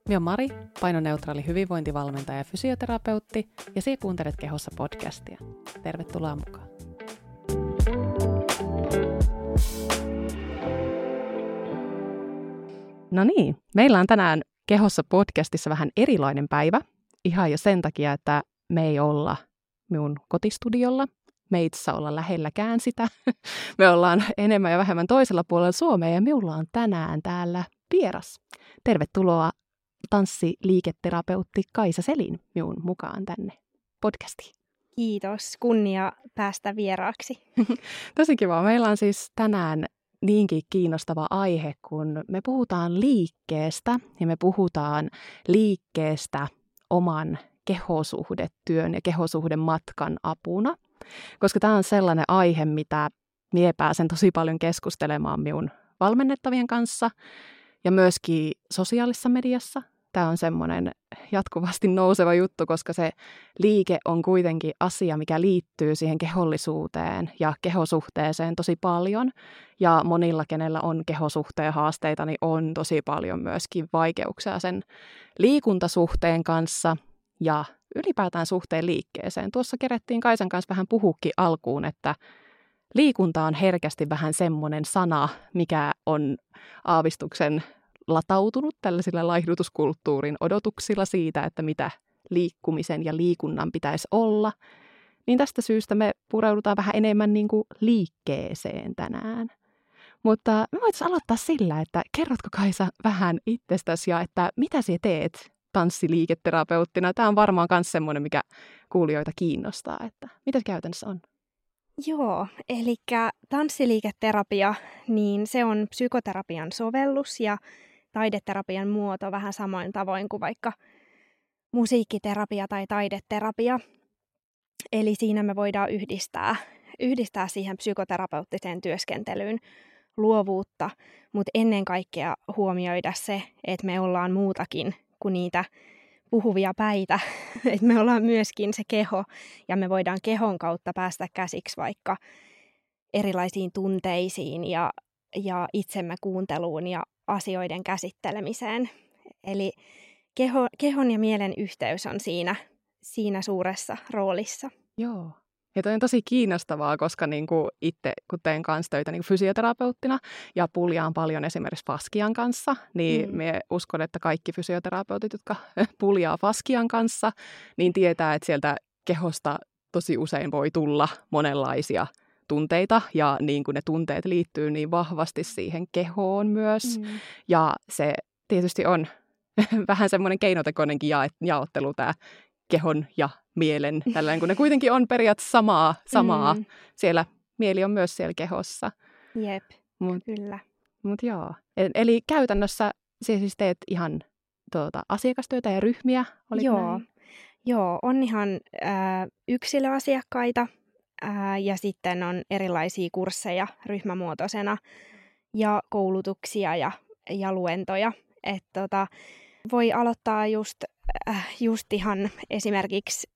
Minä olen Mari, painoneutraali hyvinvointivalmentaja ja fysioterapeutti, ja sinä kuuntelet Kehossa podcastia. Tervetuloa mukaan. No niin, meillä on tänään Kehossa podcastissa vähän erilainen päivä. Ihan jo sen takia, että me ei olla minun kotistudiolla. Me ei itse olla lähelläkään sitä. Me ollaan enemmän ja vähemmän toisella puolella Suomea ja minulla on tänään täällä vieras. Tervetuloa tanssiliiketerapeutti Kaisa Selin minun mukaan tänne podcastiin. Kiitos, kunnia päästä vieraaksi. Tosi kiva. Meillä on siis tänään niinkin kiinnostava aihe, kun me puhutaan liikkeestä ja me puhutaan liikkeestä oman kehosuhdetyön ja kehosuhdematkan apuna. Koska tämä on sellainen aihe, mitä minä pääsen tosi paljon keskustelemaan minun valmennettavien kanssa ja myöskin sosiaalisessa mediassa. Tämä on semmoinen jatkuvasti nouseva juttu, koska se liike on kuitenkin asia, mikä liittyy siihen kehollisuuteen ja kehosuhteeseen tosi paljon. Ja monilla, kenellä on kehosuhteen haasteita, niin on tosi paljon myöskin vaikeuksia sen liikuntasuhteen kanssa ja ylipäätään suhteen liikkeeseen. Tuossa kerettiin Kaisan kanssa vähän puhukin alkuun, että liikunta on herkästi vähän semmoinen sana, mikä on aavistuksen latautunut tällaisilla laihdutuskulttuurin odotuksilla siitä, että mitä liikkumisen ja liikunnan pitäisi olla. Niin tästä syystä me pureudutaan vähän enemmän niin kuin liikkeeseen tänään. Mutta me voitaisiin aloittaa sillä, että kerrotko Kaisa vähän itsestäsi ja että mitä sinä teet tanssiliiketerapeuttina? Tämä on varmaan myös semmoinen, mikä kuulijoita kiinnostaa, että mitä se käytännössä on? Joo, eli tanssiliiketerapia, niin se on psykoterapian sovellus ja taideterapian muoto vähän samoin tavoin kuin vaikka musiikkiterapia tai taideterapia. Eli siinä me voidaan yhdistää siihen psykoterapeuttiseen työskentelyyn luovuutta, mutta ennen kaikkea huomioida se, että me ollaan muutakin kuin niitä puhuvia päitä, että me ollaan myöskin se keho ja me voidaan kehon kautta päästä käsiksi vaikka erilaisiin tunteisiin ja itsemme kuunteluun ja asioiden käsittelemiseen. Eli kehon ja mielen yhteys on siinä suuressa roolissa. Joo. Ja toi on tosi kiinnostavaa, koska niinku itse, kun teen kanssa töitä niinku fysioterapeuttina ja puljaan paljon esimerkiksi faskian kanssa, niin me uskon, että kaikki fysioterapeutit, jotka puljaa faskian kanssa, niin tietää, että sieltä kehosta tosi usein voi tulla monenlaisia tunteita ja niin kuin ne tunteet liittyy niin vahvasti siihen kehoon myös. Ja se tietysti on vähän semmoinen keinotekoinenkin jaottelu tämä kehon ja mielen, tällainen, kun ne kuitenkin on periaatteessa samaa. Siellä mieli on myös siellä kehossa. Jep, kyllä. Mutta joo. Eli käytännössä siis teet ihan asiakastyötä ja ryhmiä, oliko näin? Joo, on ihan yksilöasiakkaita ja sitten on erilaisia kursseja ryhmämuotoisena ja koulutuksia ja luentoja. Voi aloittaa just ihan esimerkiksi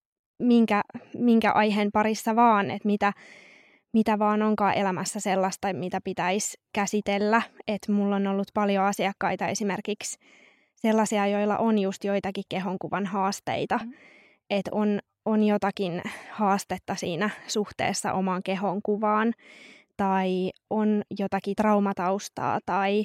minkä aiheen parissa vaan, että mitä vaan onkaan elämässä sellaista, mitä pitäisi käsitellä. Että mulla on ollut paljon asiakkaita esimerkiksi sellaisia, joilla on just joitakin kehonkuvan haasteita. Että on jotakin haastetta siinä suhteessa omaan kehonkuvaan tai on jotakin traumataustaa tai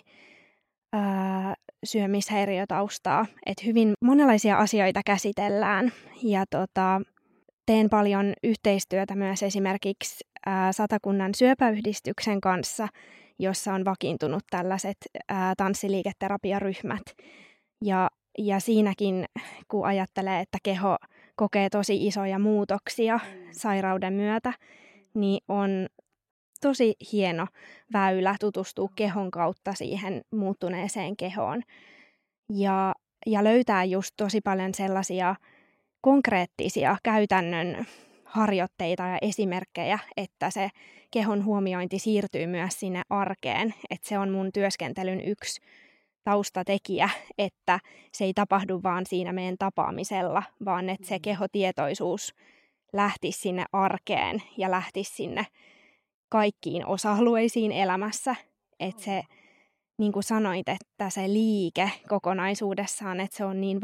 syömishäiriötaustaa. Että hyvin monenlaisia asioita käsitellään ja teen paljon yhteistyötä myös esimerkiksi Satakunnan syöpäyhdistyksen kanssa, jossa on vakiintunut tällaiset tanssiliiketerapiaryhmät. Ja siinäkin, kun ajattelee, että keho kokee tosi isoja muutoksia sairauden myötä, niin on tosi hieno väylä tutustua kehon kautta siihen muuttuneeseen kehoon. Ja löytää just tosi paljon sellaisia konkreettisia käytännön harjoitteita ja esimerkkejä, että se kehon huomiointi siirtyy myös sinne arkeen. Että se on mun työskentelyn yksi taustatekijä, että se ei tapahdu vaan siinä meidän tapaamisella, vaan että se kehotietoisuus lähtisi sinne arkeen ja lähtisi sinne kaikkiin osa-alueisiin elämässä. Että se niin kuin sanoit, että se liike kokonaisuudessaan, että se on niin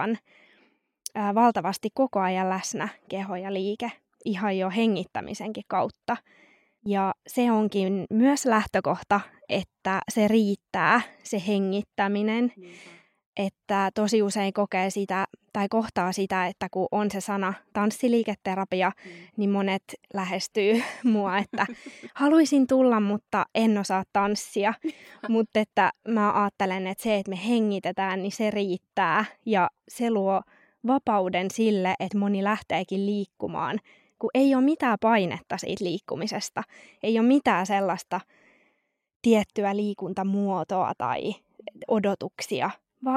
valtavasti koko ajan läsnä, keho ja liike, ihan jo hengittämisenkin kautta. Ja se onkin myös lähtökohta, että se riittää, se hengittäminen. Että tosi usein kokee sitä tai kohtaa sitä, että kun on se sana tanssiliiketerapia, niin monet lähestyy mua, että haluaisin tulla, mutta en osaa tanssia. Mutta että mä ajattelen, että se, että me hengitetään, niin se riittää ja se luo vapauden sille, että moni lähteekin liikkumaan, kun ei ole mitään painetta siitä liikkumisesta. Ei ole mitään sellaista tiettyä liikuntamuotoa tai odotuksia, vaan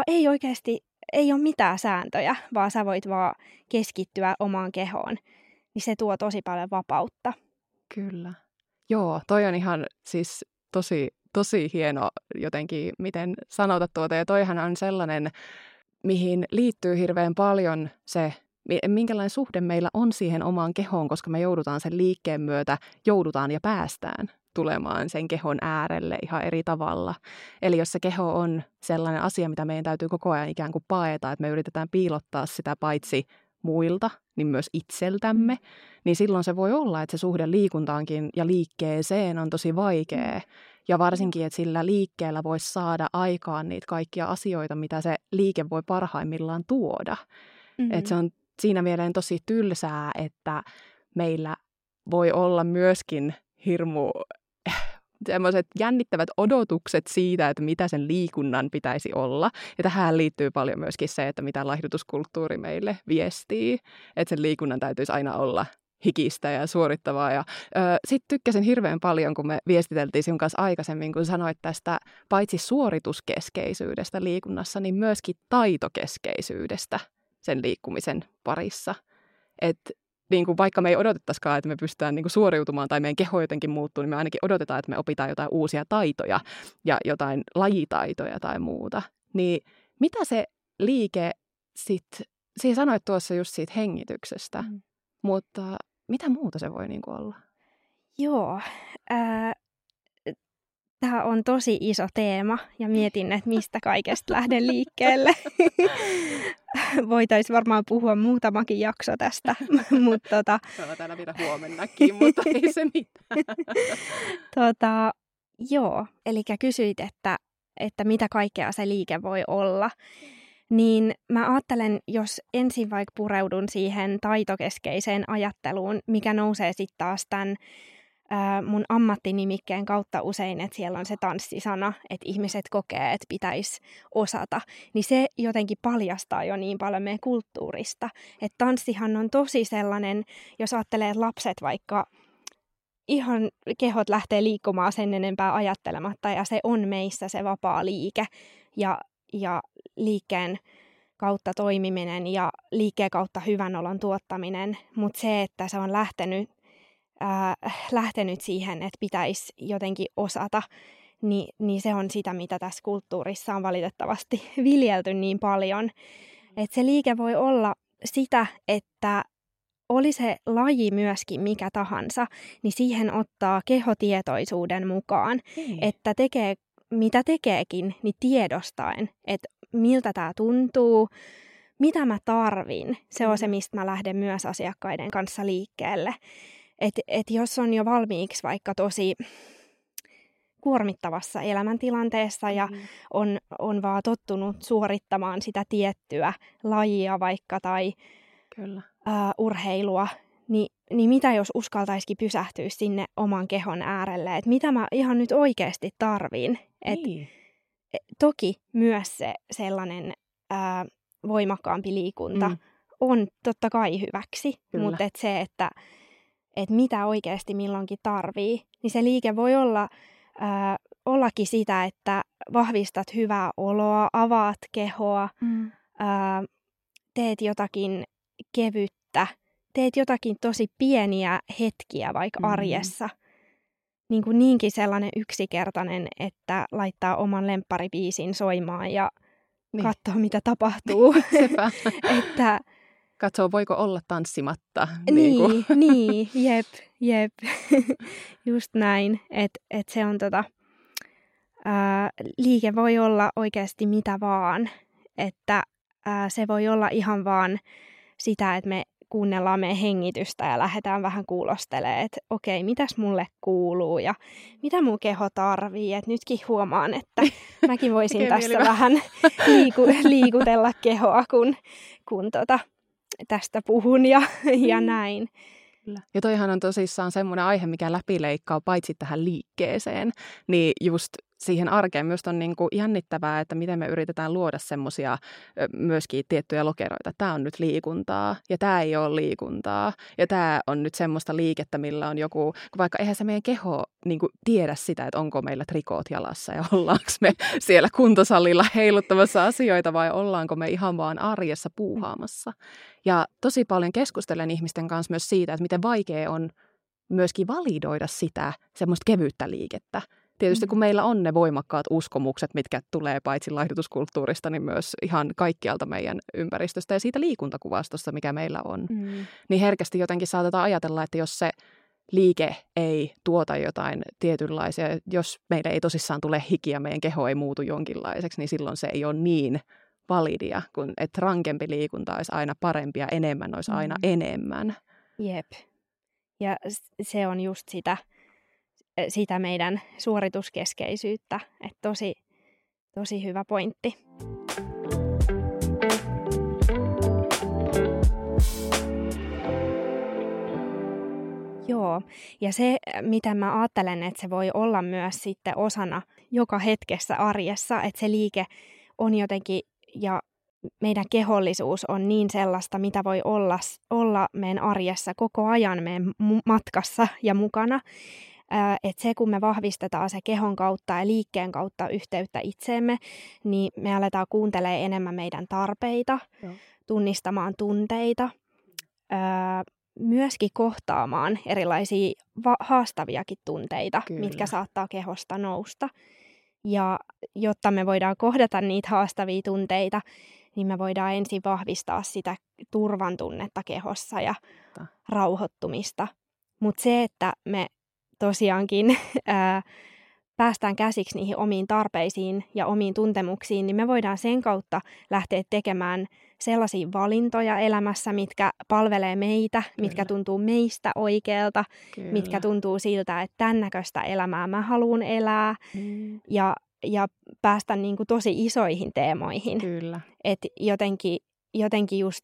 ei ole mitään sääntöjä, vaan sä voit vaan keskittyä omaan kehoon. Niin se tuo tosi paljon vapautta. Kyllä. Joo, toi on ihan siis tosi hieno jotenkin, miten sanotat tuota. Ja toihan on sellainen, mihin liittyy hirveän paljon se, minkälainen suhde meillä on siihen omaan kehoon, koska me joudutaan sen liikkeen myötä, ja päästään tulemaan sen kehon äärelle ihan eri tavalla. Eli jos se keho on sellainen asia, mitä meidän täytyy koko ajan ikään kuin paeta, että me yritetään piilottaa sitä paitsi muilta, niin myös itseltämme, niin silloin se voi olla, että se suhde liikuntaankin ja liikkeeseen on tosi vaikea. Ja varsinkin, että sillä liikkeellä voisi saada aikaan niitä kaikkia asioita, mitä se liike voi parhaimmillaan tuoda. Että se on siinä mieleen tosi tylsää, että meillä voi olla myöskin hirmu semmoiset jännittävät odotukset siitä, että mitä sen liikunnan pitäisi olla. Ja tähän liittyy paljon myöskin se, että mitä laihdutuskulttuuri meille viestii. Että sen liikunnan täytyisi aina olla hikistä ja suorittavaa. Ja sitten tykkäsin hirveän paljon, kun me viestiteltiin sinun kanssa aikaisemmin, kun sanoit tästä paitsi suorituskeskeisyydestä liikunnassa, niin myöskin taitokeskeisyydestä sen liikkumisen parissa. Että niin kuin vaikka me ei odotettaisikaan, että me pystytään niin kuin suoriutumaan tai meidän keho jotenkin muuttuu, niin me ainakin odotetaan, että me opitaan jotain uusia taitoja ja jotain lajitaitoja tai muuta. Niin mitä se liike sitten, siihen sanoit tuossa just siitä hengityksestä, mutta mitä muuta se voi niin kuin olla? Joo, tämä on tosi iso teema ja mietin, että mistä kaikesta lähden liikkeelle. Voitaisiin varmaan puhua muutamakin jakso tästä. Mutta me ollaan täällä vielä huomennakin, mutta ei se mitään. Joo, eli kysyit, että mitä kaikkea se liike voi olla. Niin mä ajattelen, jos ensin vaikka pureudun siihen taitokeskeiseen ajatteluun, mikä nousee sitten taas tämän mun ammattinimikkeen kautta usein, että siellä on se tanssisana, että ihmiset kokee, että pitäisi osata, niin se jotenkin paljastaa jo niin paljon meidän kulttuurista. Että tanssihan on tosi sellainen, jos ajattelee, että lapset vaikka ihan kehot lähtee liikkumaan sen enempää ajattelematta, ja se on meissä se vapaa liike ja liikkeen kautta toimiminen ja liikkeen kautta hyvän olon tuottaminen, mutta se, että se on lähtenyt siihen, että pitäisi jotenkin osata, niin se on sitä, mitä tässä kulttuurissa on valitettavasti viljelty niin paljon. Että se liike voi olla sitä, että oli se laji myöskin mikä tahansa, niin siihen ottaa kehotietoisuuden mukaan, että tekee mitä tekeekin, niin tiedostaen, että miltä tämä tuntuu, mitä mä tarvin. Se on se, mistä mä lähden myös asiakkaiden kanssa liikkeelle. Et jos on jo valmiiksi vaikka tosi kuormittavassa elämäntilanteessa ja on vaan tottunut suorittamaan sitä tiettyä lajia vaikka tai urheilua, niin mitä jos uskaltaisikin pysähtyä sinne oman kehon äärelle, että mitä mä ihan nyt oikeasti tarvin. Toki myös se sellainen voimakkaampi liikunta on totta kai hyväksi, mutta se, että mitä oikeasti milloinkin tarvii, niin se liike voi ollakin sitä, että vahvistat hyvää oloa, avaat kehoa, teet jotakin kevyttä, teet jotakin tosi pieniä hetkiä vaikka arjessa. Niinkin sellainen yksinkertainen, että laittaa oman lempparibiisin soimaan ja katsoo, mitä tapahtuu. Että katsoo, voiko olla tanssimatta. Niin, jep. Just näin. Et se on liike voi olla oikeasti mitä vaan, että se voi olla ihan vaan sitä, että me kuunnellaan meidän hengitystä ja lähdetään vähän kuulostelemaan, että okei, mitäs mulle kuuluu ja mitä mun keho tarvii. Et nytkin huomaan, että mäkin voisin tässä vähän liikutella kehoa, kun tästä puhun ja näin. Ja toihan on tosissaan semmoinen aihe, mikä läpileikkaa paitsi tähän liikkeeseen, niin just siihen arkeen myös on niin kuin jännittävää, että miten me yritetään luoda semmoisia myöskin tiettyjä lokeroita. Tämä on nyt liikuntaa ja tämä ei ole liikuntaa ja tämä on nyt semmoista liikettä, millä on joku, vaikka eihän se meidän keho niin kuin tiedä sitä, että onko meillä trikoot jalassa ja ollaanko me siellä kuntosalilla heiluttamassa asioita vai ollaanko me ihan vaan arjessa puuhaamassa. Ja tosi paljon keskustelen ihmisten kanssa myös siitä, että miten vaikea on myöskin validoida sitä semmoista kevyttä liikettä. Tietysti kun meillä on ne voimakkaat uskomukset, mitkä tulee paitsi laihdutuskulttuurista, niin myös ihan kaikkialta meidän ympäristöstä ja siitä liikuntakuvastosta, mikä meillä on. Niin herkästi jotenkin saatetaan ajatella, että jos se liike ei tuota jotain tietynlaisia, jos meidän ei tosissaan tule hiki ja meidän keho ei muutu jonkinlaiseksi, niin silloin se ei ole niin validia, kun että rankempi liikunta olisi aina parempi ja enemmän olisi aina enemmän. Jep. Ja se on just sitä meidän suorituskeskeisyyttä. Että tosi hyvä pointti. Joo, ja se, mitä mä ajattelen, että se voi olla myös sitten osana joka hetkessä arjessa, että se liike on jotenkin, ja meidän kehollisuus on niin sellaista, mitä voi olla meidän arjessa koko ajan meidän matkassa ja mukana. Että se, kun me vahvistetaan se kehon kautta ja liikkeen kautta yhteyttä itseemme, niin me aletaan kuuntelemaan enemmän meidän tarpeita, tunnistamaan tunteita, myöskin kohtaamaan erilaisia haastaviakin tunteita, mitkä saattaa kehosta nousta. Ja jotta me voidaan kohdata niitä haastavia tunteita, niin me voidaan ensin vahvistaa sitä turvan tunnetta kehossa ja rauhoittumista. Mutta se, että me tosiaankin päästään käsiksi niihin omiin tarpeisiin ja omiin tuntemuksiin, niin me voidaan sen kautta lähteä tekemään sellaisia valintoja elämässä, mitkä palvelee meitä, mitkä tuntuu meistä oikealta, mitkä tuntuu siltä, että tämän näköistä elämää mä haluan elää ja päästä niin kuin tosi isoihin teemoihin. Että jotenkin just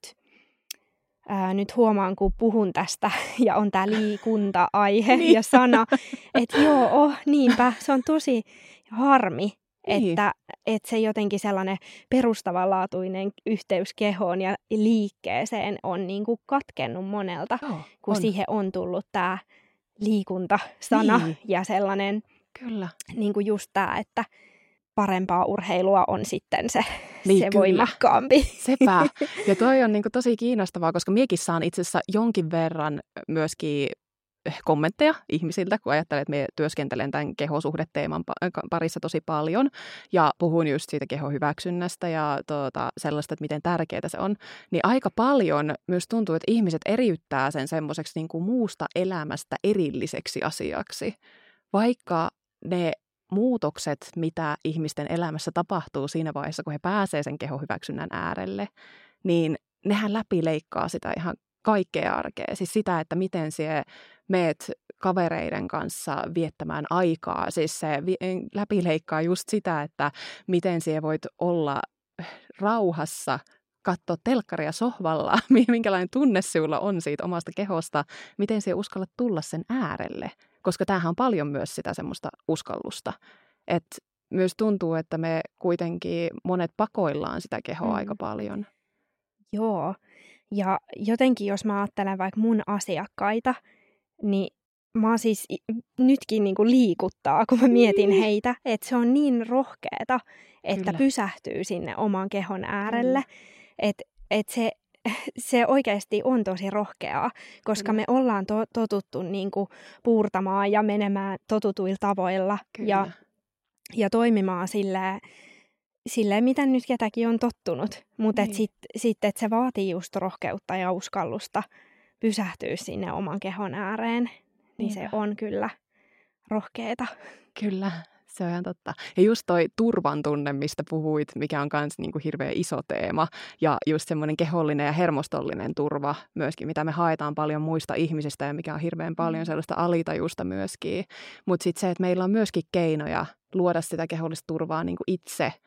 nyt huomaan, kun puhun tästä ja on tämä liikunta-aihe ja sana, että niinpä, se on tosi harmi, että se jotenkin sellainen perustavanlaatuinen yhteys kehoon ja liikkeeseen on niin kuin katkennut monelta, kun siihen on tullut tämä liikunta-sana ja sellainen niin kuin just tämä, että parempaa urheilua on sitten se voimakkaampi. Sepä. Ja toi on tosi kiinnostavaa, koska minäkin saan itse asiassa jonkin verran myöskin kommentteja ihmisiltä, kun ajattelen, että minä työskentelen tämän kehosuhdeteeman parissa tosi paljon ja puhun just siitä kehohyväksynnästä ja sellaista, että miten tärkeää se on, niin aika paljon myös tuntuu, että ihmiset eriyttää sen semmoiseksi niin kuin muusta elämästä erilliseksi asiaksi, vaikka ne muutokset, mitä ihmisten elämässä tapahtuu siinä vaiheessa, kun he pääsee sen kehohyväksynnän äärelle, niin nehän läpileikkaa sitä ihan kaikkea arkea. Siis sitä, että miten sie meet kavereiden kanssa viettämään aikaa. Siis se läpileikkaa just sitä, että miten sie voit olla rauhassa, katsoa telkkaria sohvalla, minkälainen tunne sinulla on siitä omasta kehosta, miten sie uskallat tulla sen äärelle. Koska tämähän on paljon myös sitä semmoista uskallusta. Että myös tuntuu, että me kuitenkin monet pakoillaan sitä kehoa aika paljon. Joo. Ja jotenkin, jos mä ajattelen vaikka mun asiakkaita, niin mä siis nytkin niinku liikuttaa, kun mä mietin heitä, että se on niin rohkeeta, että pysähtyy sinne oman kehon äärelle. Että se oikeasti on tosi rohkeaa, koska me ollaan totuttu niinku puurtamaan ja menemään totutuilla tavoilla ja toimimaan silleen, miten nyt ketäkin on tottunut. Mutta sitten se vaatii just rohkeutta ja uskallusta pysähtyä sinne oman kehon ääreen, niin se on kyllä rohkeeta. Kyllä. Se on ihan totta. Ja just toi turvan tunne, mistä puhuit, mikä on myös niin kuin hirveän iso teema. Ja just semmoinen kehollinen ja hermostollinen turva myöskin, mitä me haetaan paljon muista ihmisistä ja mikä on hirveän paljon sellaista alitajusta myöskin. Mutta sitten se, että meillä on myöskin keinoja luoda sitä kehollista turvaa niin kuin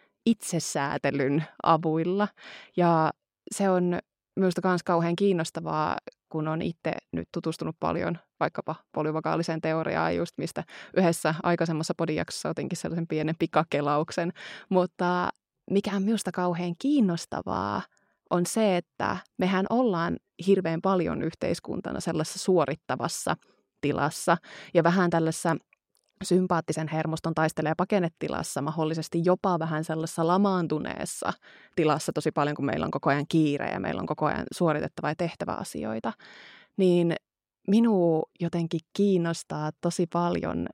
itsesäätelyn avuilla. Ja se on minusta myös kauhean kiinnostavaa, kun on itse nyt tutustunut paljon vaikkapa polyvagaaliseen teoriaan, just mistä yhdessä aikaisemmassa podijaksossa otinkin sellaisen pienen pikakelauksen. Mutta mikä on minusta kauhean kiinnostavaa, on se, että mehän ollaan hirveän paljon yhteiskuntana sellaisessa suorittavassa tilassa ja vähän tällaisessa sympaattisen hermoston taistele- ja pakenetilassa, mahdollisesti jopa vähän sellaisessa lamaantuneessa tilassa tosi paljon, kun meillä on koko ajan kiire ja meillä on koko ajan suoritettava ja tehtävä asioita, niin minua jotenkin kiinnostaa tosi paljon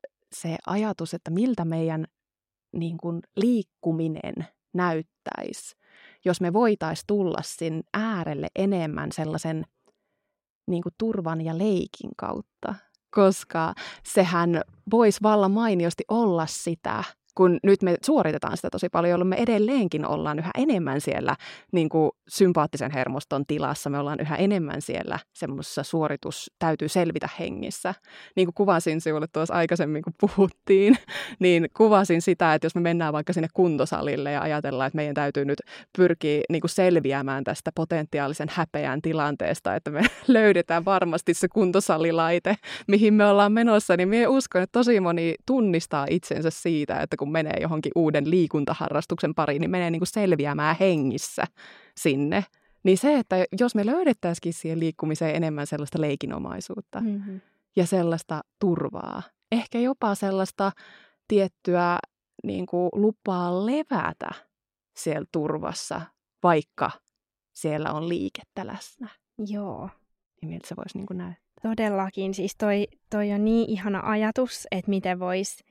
se ajatus, että miltä meidän niin kuin liikkuminen näyttäisi, jos me voitaisiin tulla sin äärelle enemmän sellaisen niin kuin turvan ja leikin kautta. Koska sehän voisi vallan mainiosti olla sitä, kun nyt me suoritetaan sitä tosi paljon, jolloin me edelleenkin ollaan yhä enemmän siellä niin kuin sympaattisen hermoston tilassa. Me ollaan yhä enemmän siellä semmoisessa täytyy selvitä hengissä. Niin kuin kuvasin sinulle tuossa aikaisemmin, kun puhuttiin, niin kuvasin sitä, että jos me mennään vaikka sinne kuntosalille ja ajatellaan, että meidän täytyy nyt pyrkiä niin kuin selviämään tästä potentiaalisen häpeän tilanteesta, että me löydetään varmasti se kuntosalilaite, mihin me ollaan menossa, niin minä uskon, että tosi moni tunnistaa itsensä siitä, että kun menee johonkin uuden liikuntaharrastuksen pariin, niin menee niin kuin selviämään hengissä sinne. Niin se, että jos me löydettäisikin siihen liikkumiseen enemmän sellaista leikinomaisuutta ja sellaista turvaa, ehkä jopa sellaista tiettyä niin kuin lupaa levätä siellä turvassa, vaikka siellä on liikettä läsnä. Joo. Niin miltä se voisi niin kuin näyttää? Todellakin. Siis toi on niin ihana ajatus, että miten voisi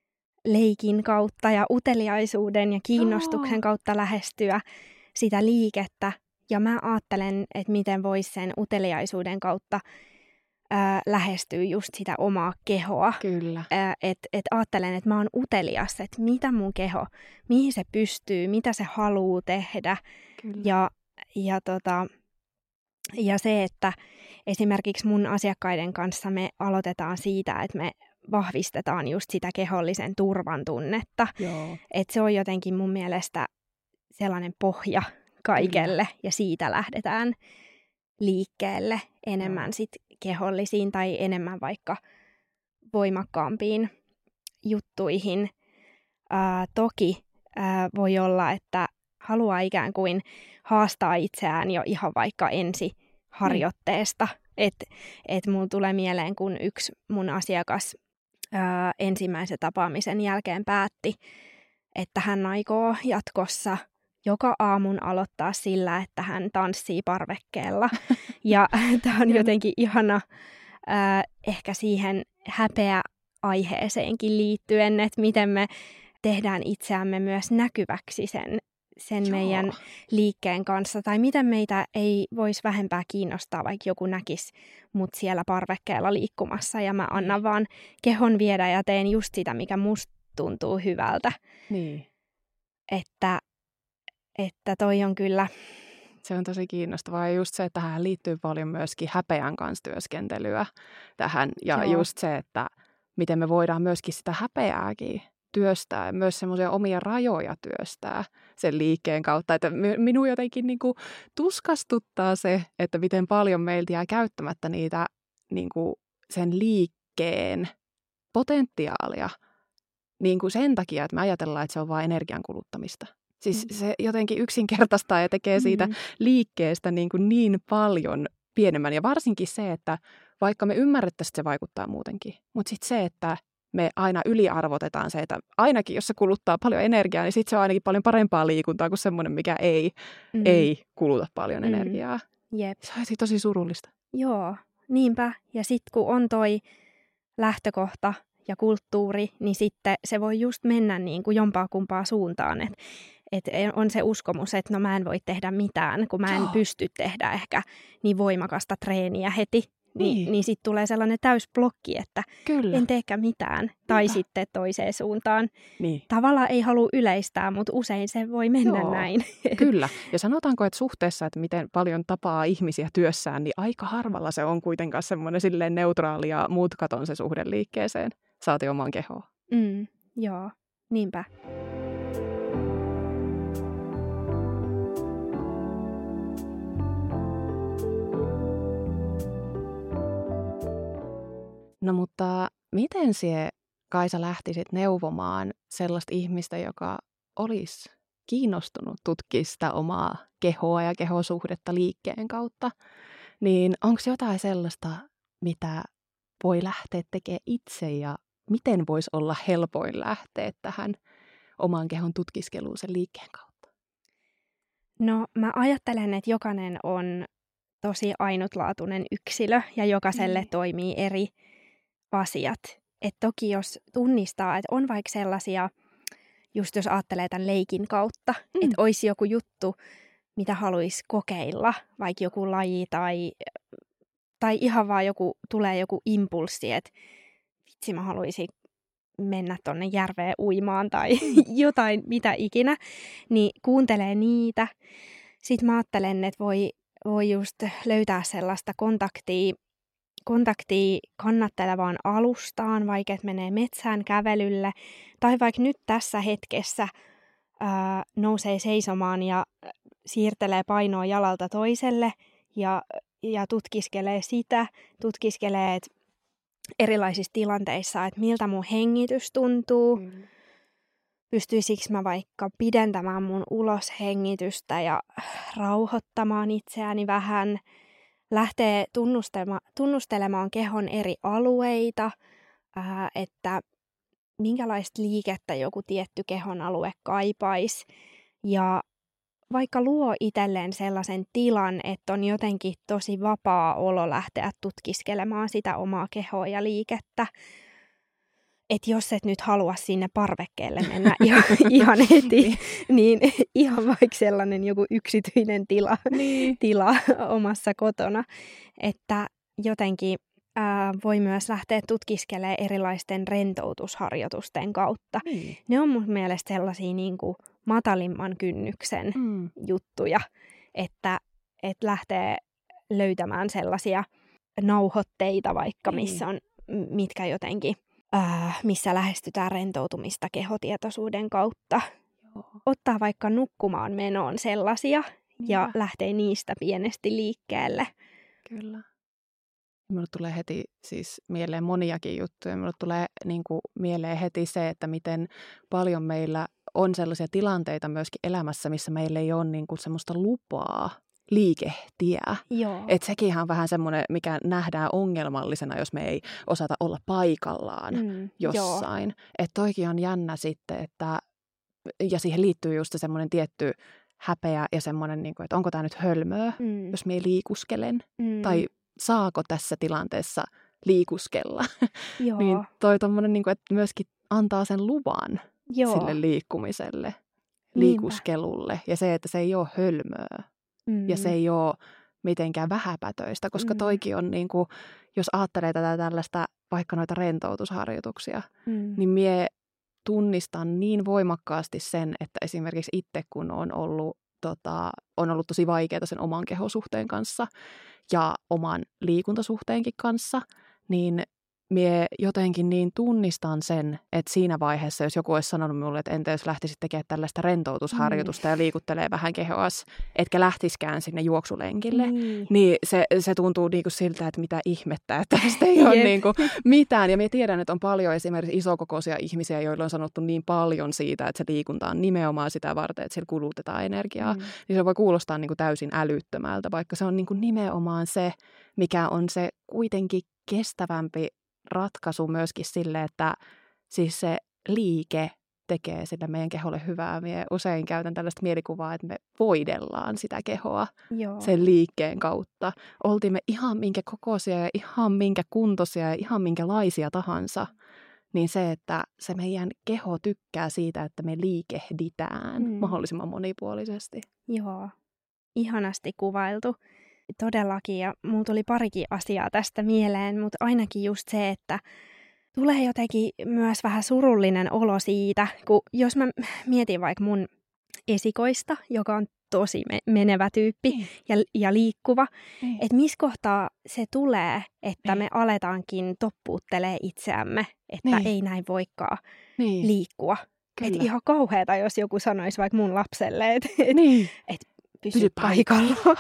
leikin kautta ja uteliaisuuden ja kiinnostuksen kautta lähestyä sitä liikettä. Ja mä ajattelen, että miten voisi sen uteliaisuuden kautta lähestyä just sitä omaa kehoa. Kyllä. Et ajattelen, että mä oon utelias, että mitä mun keho, mihin se pystyy, mitä se haluaa tehdä. Kyllä. Ja se, että esimerkiksi mun asiakkaiden kanssa me aloitetaan siitä, että me vahvistetaan just sitä kehollisen turvan tunnetta. Että se on jotenkin mun mielestä sellainen pohja kaikelle ja siitä lähdetään liikkeelle enemmän sit kehollisiin tai enemmän vaikka voimakkaampiin juttuihin. Toki voi olla, että haluaa ikään kuin haastaa itseään jo ihan vaikka ensiharjoitteesta. Et mulla tulee mieleen, kun yksi mun asiakas ensimmäisen tapaamisen jälkeen päätti, että hän aikoo jatkossa joka aamun aloittaa sillä, että hän tanssii parvekkeella. Ja tämä on jotenkin ihana ehkä siihen häpeä-aiheeseenkin liittyen, että miten me tehdään itseämme myös näkyväksi sen meidän liikkeen kanssa. Tai miten meitä ei voisi vähempää kiinnostaa, vaikka joku näkisi mut siellä parvekkeella liikkumassa. Ja mä annan vaan kehon viedä ja teen just sitä, mikä musta tuntuu hyvältä. Niin. Että toi on kyllä... Se on tosi kiinnostavaa. Ja just se, että tähän liittyy paljon myöskin häpeän kanssa työskentelyä tähän. Ja just se, että miten me voidaan myöskin sitä häpeääkin työstää ja myös semmoisia omia rajoja työstää sen liikkeen kautta. Että minua jotenkin niin kuin tuskastuttaa se, että miten paljon meiltä jää käyttämättä niitä niin kuin sen liikkeen potentiaalia niin kuin sen takia, että me ajatellaan, että se on vain energian kuluttamista. Siis se jotenkin yksinkertaistaa ja tekee siitä liikkeestä niin paljon pienemmän. Ja varsinkin se, että vaikka me ymmärrettäisiin, että se vaikuttaa muutenkin, mutta sitten se, että me aina yliarvotetaan se, että ainakin jos se kuluttaa paljon energiaa, niin sitten se on ainakin paljon parempaa liikuntaa kuin semmoinen, mikä ei kuluta paljon energiaa. Jep. Se on tosi surullista. Joo, niinpä. Ja sitten kun on toi lähtökohta ja kulttuuri, niin sitten se voi just mennä niin kuin jompaa kumpaa suuntaan. Että on se uskomus, että no mä en voi tehdä mitään, kun mä en pysty tehdä ehkä niin voimakasta treeniä heti. niin sitten tulee sellainen täysblokki, että Kyllä. en teekään mitään. Tai sitten toiseen suuntaan. Niin. Tavallaan ei halua yleistää, mutta usein se voi mennä näin. Kyllä. Ja sanotaanko, että suhteessa, että miten paljon tapaa ihmisiä työssään, niin aika harvalla se on kuitenkaan semmoinen silleen neutraali ja mutkaton se suhde liikkeeseen. Saati omaan kehoon. Joo, niinpä. No mutta miten sie, Kaisa, lähtisit neuvomaan sellaista ihmistä, joka olisi kiinnostunut tutkimaan sitä omaa kehoa ja kehosuhdetta liikkeen kautta? Niin onko jotain sellaista, mitä voi lähteä tekemään itse ja miten voisi olla helpoin lähteä tähän oman kehon tutkiskeluun sen liikkeen kautta? No mä ajattelen, että jokainen on tosi ainutlaatuinen yksilö ja jokaiselle toimii eri asiat. Et toki jos tunnistaa, että on vaikka sellaisia, just jos ajattelee tämän leikin kautta, että olisi joku juttu, mitä haluaisi kokeilla, vaikka joku laji tai ihan vaan tulee joku impulssi, että vitsi mä haluaisin mennä tonne järveen uimaan tai jotain mitä ikinä, niin kuuntelee niitä. Sitten mä ajattelen, että voi just löytää sellaista kontaktia kannattelevaan alustaan, vaikka et menee metsään kävelylle, tai vaikka nyt tässä hetkessä nousee seisomaan ja siirtelee painoa jalalta toiselle ja tutkiskelee erilaisissa tilanteissa, että miltä mun hengitys tuntuu, pystyisikö mä vaikka pidentämään mun uloshengitystä ja rauhoittamaan itseäni vähän, lähtee tunnustelemaan kehon eri alueita, että minkälaista liikettä joku tietty kehon alue kaipaisi. Ja vaikka luo itselleen sellaisen tilan, että on jotenkin tosi vapaa olo lähteä tutkiskelemaan sitä omaa kehoa ja liikettä. Että jos et nyt halua sinne parvekkeelle mennä ihan heti, niin ihan vaikka sellainen joku yksityinen tila omassa kotona. Että jotenkin voi myös lähteä tutkiskelemaan erilaisten rentoutusharjoitusten kautta. Ne on mun mielestä sellaisia niin kuin matalimman kynnyksen juttuja, että lähtee löytämään sellaisia nauhoitteita vaikka, mitkä jotenkin missä lähestytään rentoutumista kehotietoisuuden kautta. Joo. Ottaa vaikka nukkumaan menoon sellaisia ja lähtee niistä pienesti liikkeelle. Kyllä. Minulle tulee heti siis mieleen moniakin juttuja. Minulle tulee mieleen heti se, että miten paljon meillä on sellaisia tilanteita myöskin elämässä, missä meillä ei ole semmoista lupaa liikehtiä. Että sekin on vähän semmoinen, mikä nähdään ongelmallisena, jos me ei osata olla paikallaan jossain. Että toikin on jännä sitten, että ja siihen liittyy just semmoinen tietty häpeä ja semmoinen, että onko tämä nyt hölmöä, jos me ei liikuskelen. Tai saako tässä tilanteessa liikuskella. Niin toi tommoinen, että myöskin antaa sen luvan sille liikkumiselle, liikuskelulle. Ja se, että se ei ole hölmöä. Ja se ei ole mitenkään vähäpätöistä, koska toikin on, jos ajattelee tätä tällaista, vaikka noita rentoutusharjoituksia, niin mie tunnistan niin voimakkaasti sen, että esimerkiksi itse kun on ollut tosi vaikeaa sen oman kehosuhteen kanssa ja oman liikuntasuhteenkin kanssa, niin mie jotenkin niin tunnistan sen, että siinä vaiheessa, jos joku olisi sanonut minulle, että entä jos lähtisit tekemään tällaista rentoutusharjoitusta ja liikuttelee vähän kehoas, etkä lähtisikään sinne juoksulenkille, niin se tuntuu siltä, että mitä ihmettä, että tästä ei ole mitään. Ja minä tiedän, että on paljon esimerkiksi isokokoisia ihmisiä, joilla on sanottu niin paljon siitä, että se liikunta on nimenomaan sitä varten, että siellä kulutetaan energiaa. Niin se voi kuulostaa täysin älyttömältä, vaikka se on nimenomaan se, mikä on se kuitenkin kestävämpi ratkaisu myöskin sille, että siis se liike tekee sille meidän keholle hyvää. Minä usein käytän tällaista mielikuvaa, että me voidellaan sitä kehoa sen liikkeen kautta. Oltiin me ihan minkä kokoisia ja ihan minkä kuntoisia ja ihan minkälaisia tahansa, niin se, että se meidän keho tykkää siitä, että me liikehditään mahdollisimman monipuolisesti. Joo, ihanasti kuvailtu. Todellakin, ja mulla tuli parikin asiaa tästä mieleen, mutta ainakin just se, että tulee jotenkin myös vähän surullinen olo siitä, kun jos mä mietin vaikka mun esikoista, joka on tosi menevä tyyppi ja liikkuva, että missä kohtaa se tulee, että me aletaankin toppuuttelee itseämme, että ei näin voikaan liikkua. Että ihan kauheata, jos joku sanoisi vaikka mun lapselle, että pysy paikalla.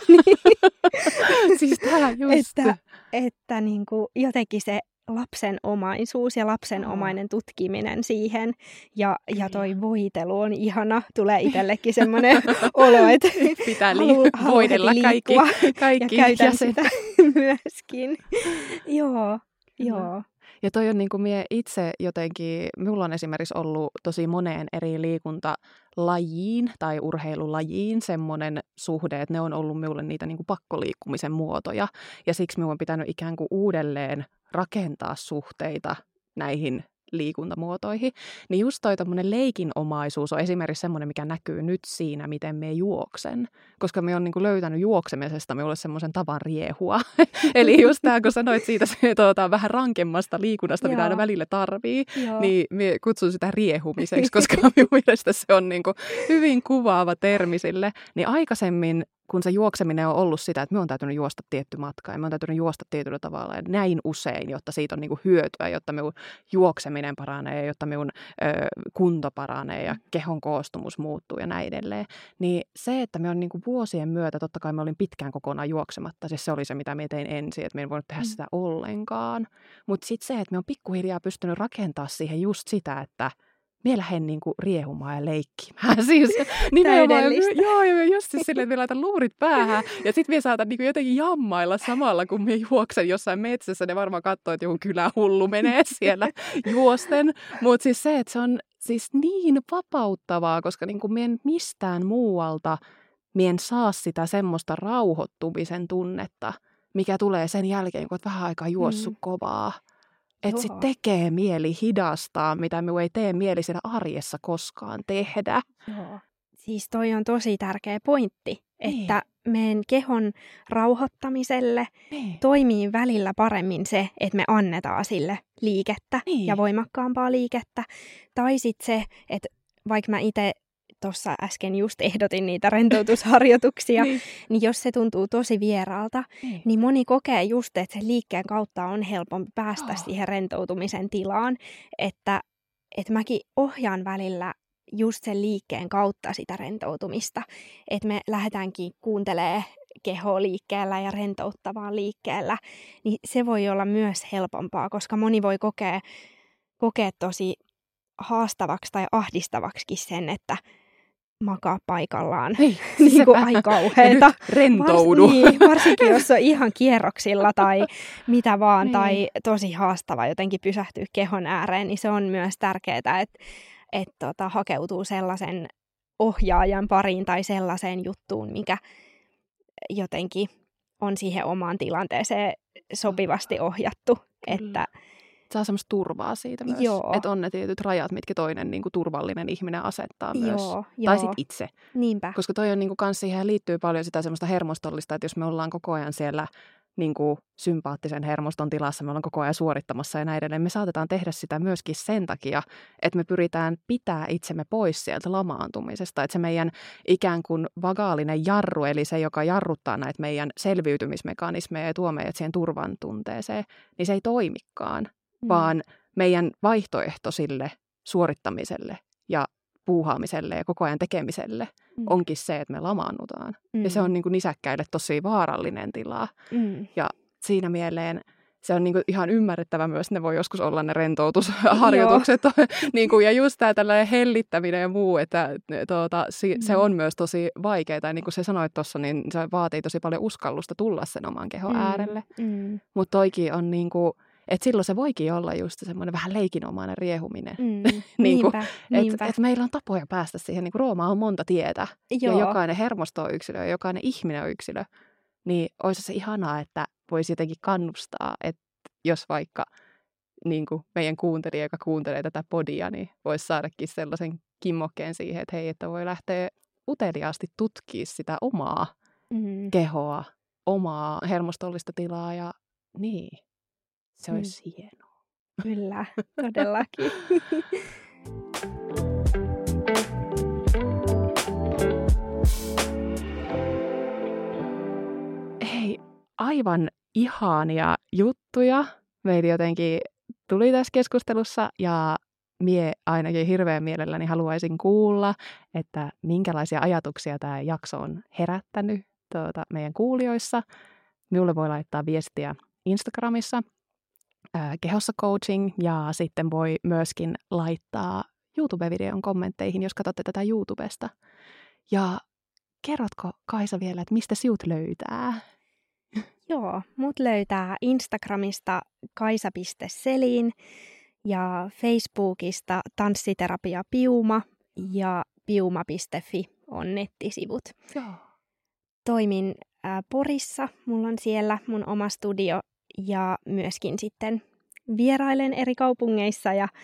Siis tää just. Että niinku jotenkin se lapsen omaisuus ja lapsenomainen tutkiminen siihen ja toi voitelu on ihana. Tulee itsellekin semmoinen olo, että pitää voidella kaikki ja käytän sitä myöskin. Joo. Ja toi on niinku mie itse jotenkin, minulla on esimerkiksi ollut tosi moneen eri liikuntalajiin tai urheilulajiin semmoinen suhde, että ne on ollut minulle niitä niinku pakkoliikkumisen muotoja. Ja siksi minun on pitänyt ikään kuin uudelleen rakentaa suhteita näihin liikuntamuotoihin. Niin just toi tommonen leikinomaisuus on esimerkiksi semmoinen, mikä näkyy nyt siinä, miten me juoksen. Koska me on niinku löytänyt juoksemisesta minulle semmoisen tavan riehua. Eli just tämä, kun sanoit siitä vähän rankemmasta liikunnasta, mitä aina välillä tarvii, niin minä kutsun sitä riehumiseksi, koska minun mielestä se on niinku hyvin kuvaava termi sille. Niin aikaisemmin, kun se juokseminen on ollut sitä, että minun on täytynyt juosta tietty matka ja minun on täytynyt juosta tietyllä tavalla ja näin usein, jotta siitä on niinku hyötyä, jotta minun juokseminen paranee ja jotta minun kunto paranee ja kehon koostumus muuttuu ja näin edelleen. Niin se, että me on niinku vuosien myötä, totta kai mä olin pitkään kokonaan juoksematta, siis se oli se, mitä me tein ensin, että me en voinut tehdä sitä ollenkaan. Mutta sitten se, että me on pikkuhiljaa pystynyt rakentamaan siihen just sitä, että mie lähden niinku riehumaan ja leikkimään. Siis täydellistä. Joo, just siis silleen, että me laitan luurit päähän ja sitten me saatan niinku jotenkin jammailla samalla, kun me juoksen jossain metsässä. Ne varmaan katsoo, että joku kylähullu menee siellä juosten. Mutta siis se, että se on siis niin vapauttavaa, koska niinku mie en mistään muualta mie en saa sitä semmoista rauhoittumisen tunnetta, mikä tulee sen jälkeen, kun olet vähän aikaa juossut kovaa. Että sitten tekee mieli hidastaa, mitä me ei tee mieli siinä arjessa koskaan tehdä. Joo. Siis toi on tosi tärkeä pointti, että meidän kehon rauhoittamiselle toimii välillä paremmin se, että me annetaan sille liikettä ja voimakkaampaa liikettä. Tai sitten se, että vaikka mä itse tuossa äsken just ehdotin niitä rentoutusharjoituksia, niin jos se tuntuu tosi vieraalta, niin moni kokee just, että sen liikkeen kautta on helpompi päästä siihen rentoutumisen tilaan, että mäkin ohjaan välillä just sen liikkeen kautta sitä rentoutumista, että me lähdetäänkin kuuntelemaan kehoa liikkeellä ja rentouttavaa liikkeellä, niin se voi olla myös helpompaa, koska moni voi kokea tosi haastavaksi tai ahdistavaksikin sen, että makaa paikallaan. Niin kuin ai kauheeta. Rentoudu. Varsinkin jos on ihan kierroksilla tai mitä vaan, tai tosi haastava jotenkin pysähtyä kehon ääreen, niin se on myös tärkeää, että hakeutuu sellaisen ohjaajan pariin tai sellaiseen juttuun, mikä jotenkin on siihen omaan tilanteeseen sopivasti ohjattu. Että saa semmoista turvaa siitä myös, että on ne tietyt rajat, mitkä toinen niin kuin turvallinen ihminen asettaa myös. Tai sitten itse. Niinpä. Koska toi on niin kuin kans siihen liittyy paljon sitä semmoista hermostollista, että jos me ollaan koko ajan siellä niin kuin sympaattisen hermoston tilassa, me ollaan koko ajan suorittamassa ja näin edelleen, me saatetaan tehdä sitä myöskin sen takia, että me pyritään pitää itsemme pois sieltä lamaantumisesta. Että se meidän ikään kuin vagaalinen jarru, eli se, joka jarruttaa näitä meidän selviytymismekanismeja ja tuo meidät siihen turvan tunteeseen, niin se ei toimikaan. Vaan meidän vaihtoehto sille suorittamiselle ja puuhaamiselle ja koko ajan tekemiselle onkin se, että me lamaannutaan. Ja se on niin kuin nisäkkäille tosi vaarallinen tila. Ja siinä mieleen se on niin kuin ihan ymmärrettävä myös, ne voi joskus olla ne rentoutusharjoitukset. Niin kuin, ja just tämä tällainen hellittäminen ja muu, että se on myös tosi vaikeaa. Ja niin kuin sä sanoit tuossa, niin se vaatii tosi paljon uskallusta tulla sen oman kehon äärelle. Mutta toikin on niin kuin, että silloin se voikin olla just semmoinen vähän leikinomainen riehuminen. Niinpä. Että meillä on tapoja päästä siihen. Niin kuin Rooma on monta tietä. Ja jokainen hermosto on yksilö ja jokainen ihminen on yksilö. Niin olisi se ihanaa, että voisi jotenkin kannustaa, että jos vaikka niin kuin meidän kuuntelija, joka kuuntelee tätä podia, niin voisi saadakin sellaisen kimmokkeen siihen, että hei, että voi lähteä uteliaasti tutkimaan sitä omaa kehoa omaa hermostollista tilaa ja niin, se olisi hienoa. Kyllä, todellakin. Hei, aivan ihania juttuja meillä jotenkin tuli tässä keskustelussa ja mie ainakin hirveän mielelläni haluaisin kuulla, että minkälaisia ajatuksia tämä jakso on herättänyt meidän kuulijoissa. Minulle voi laittaa viestiä Instagramissa Kehossa Coaching ja sitten voi myöskin laittaa YouTube-videon kommentteihin, jos katsotte tätä YouTubesta. Ja kerrotko Kaisa vielä, että mistä sinut löytää? Joo, mut löytää Instagramista kaisa.selin ja Facebookista Tanssiterapia Piuma ja piuma.fi on nettisivut. Joo. Toimin Porissa, mulla on siellä mun oma studio ja myöskin sitten vierailen eri kaupungeissa ja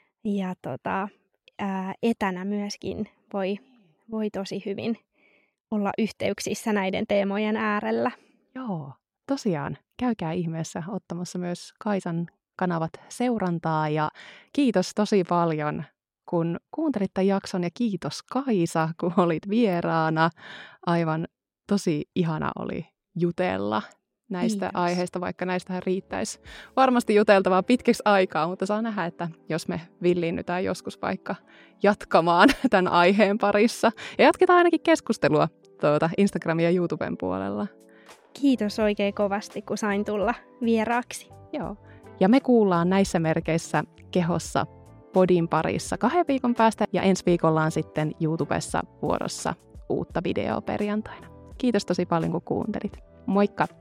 etänä myöskin voi tosi hyvin olla yhteyksissä näiden teemojen äärellä. Joo, tosiaan käykää ihmeessä ottamassa myös Kaisan kanavat seurantaa ja kiitos tosi paljon, kun kuuntelit tämän jakson ja kiitos Kaisa, kun olit vieraana. Aivan tosi ihana oli jutella näistä aiheista, vaikka näistähän riittäisi varmasti juteltavaa pitkäksi aikaa, mutta saa nähdä, että jos me villiinnytään joskus vaikka jatkamaan tämän aiheen parissa. Ja jatketaan ainakin keskustelua Instagramin ja YouTuben puolella. Kiitos oikein kovasti, kun sain tulla vieraaksi. Joo. Ja me kuullaan näissä merkeissä Kehossa podin parissa 2 viikon päästä ja ensi viikolla on sitten YouTubessa vuorossa uutta videoa perjantaina. Kiitos tosi paljon, kun kuuntelit. Moikka!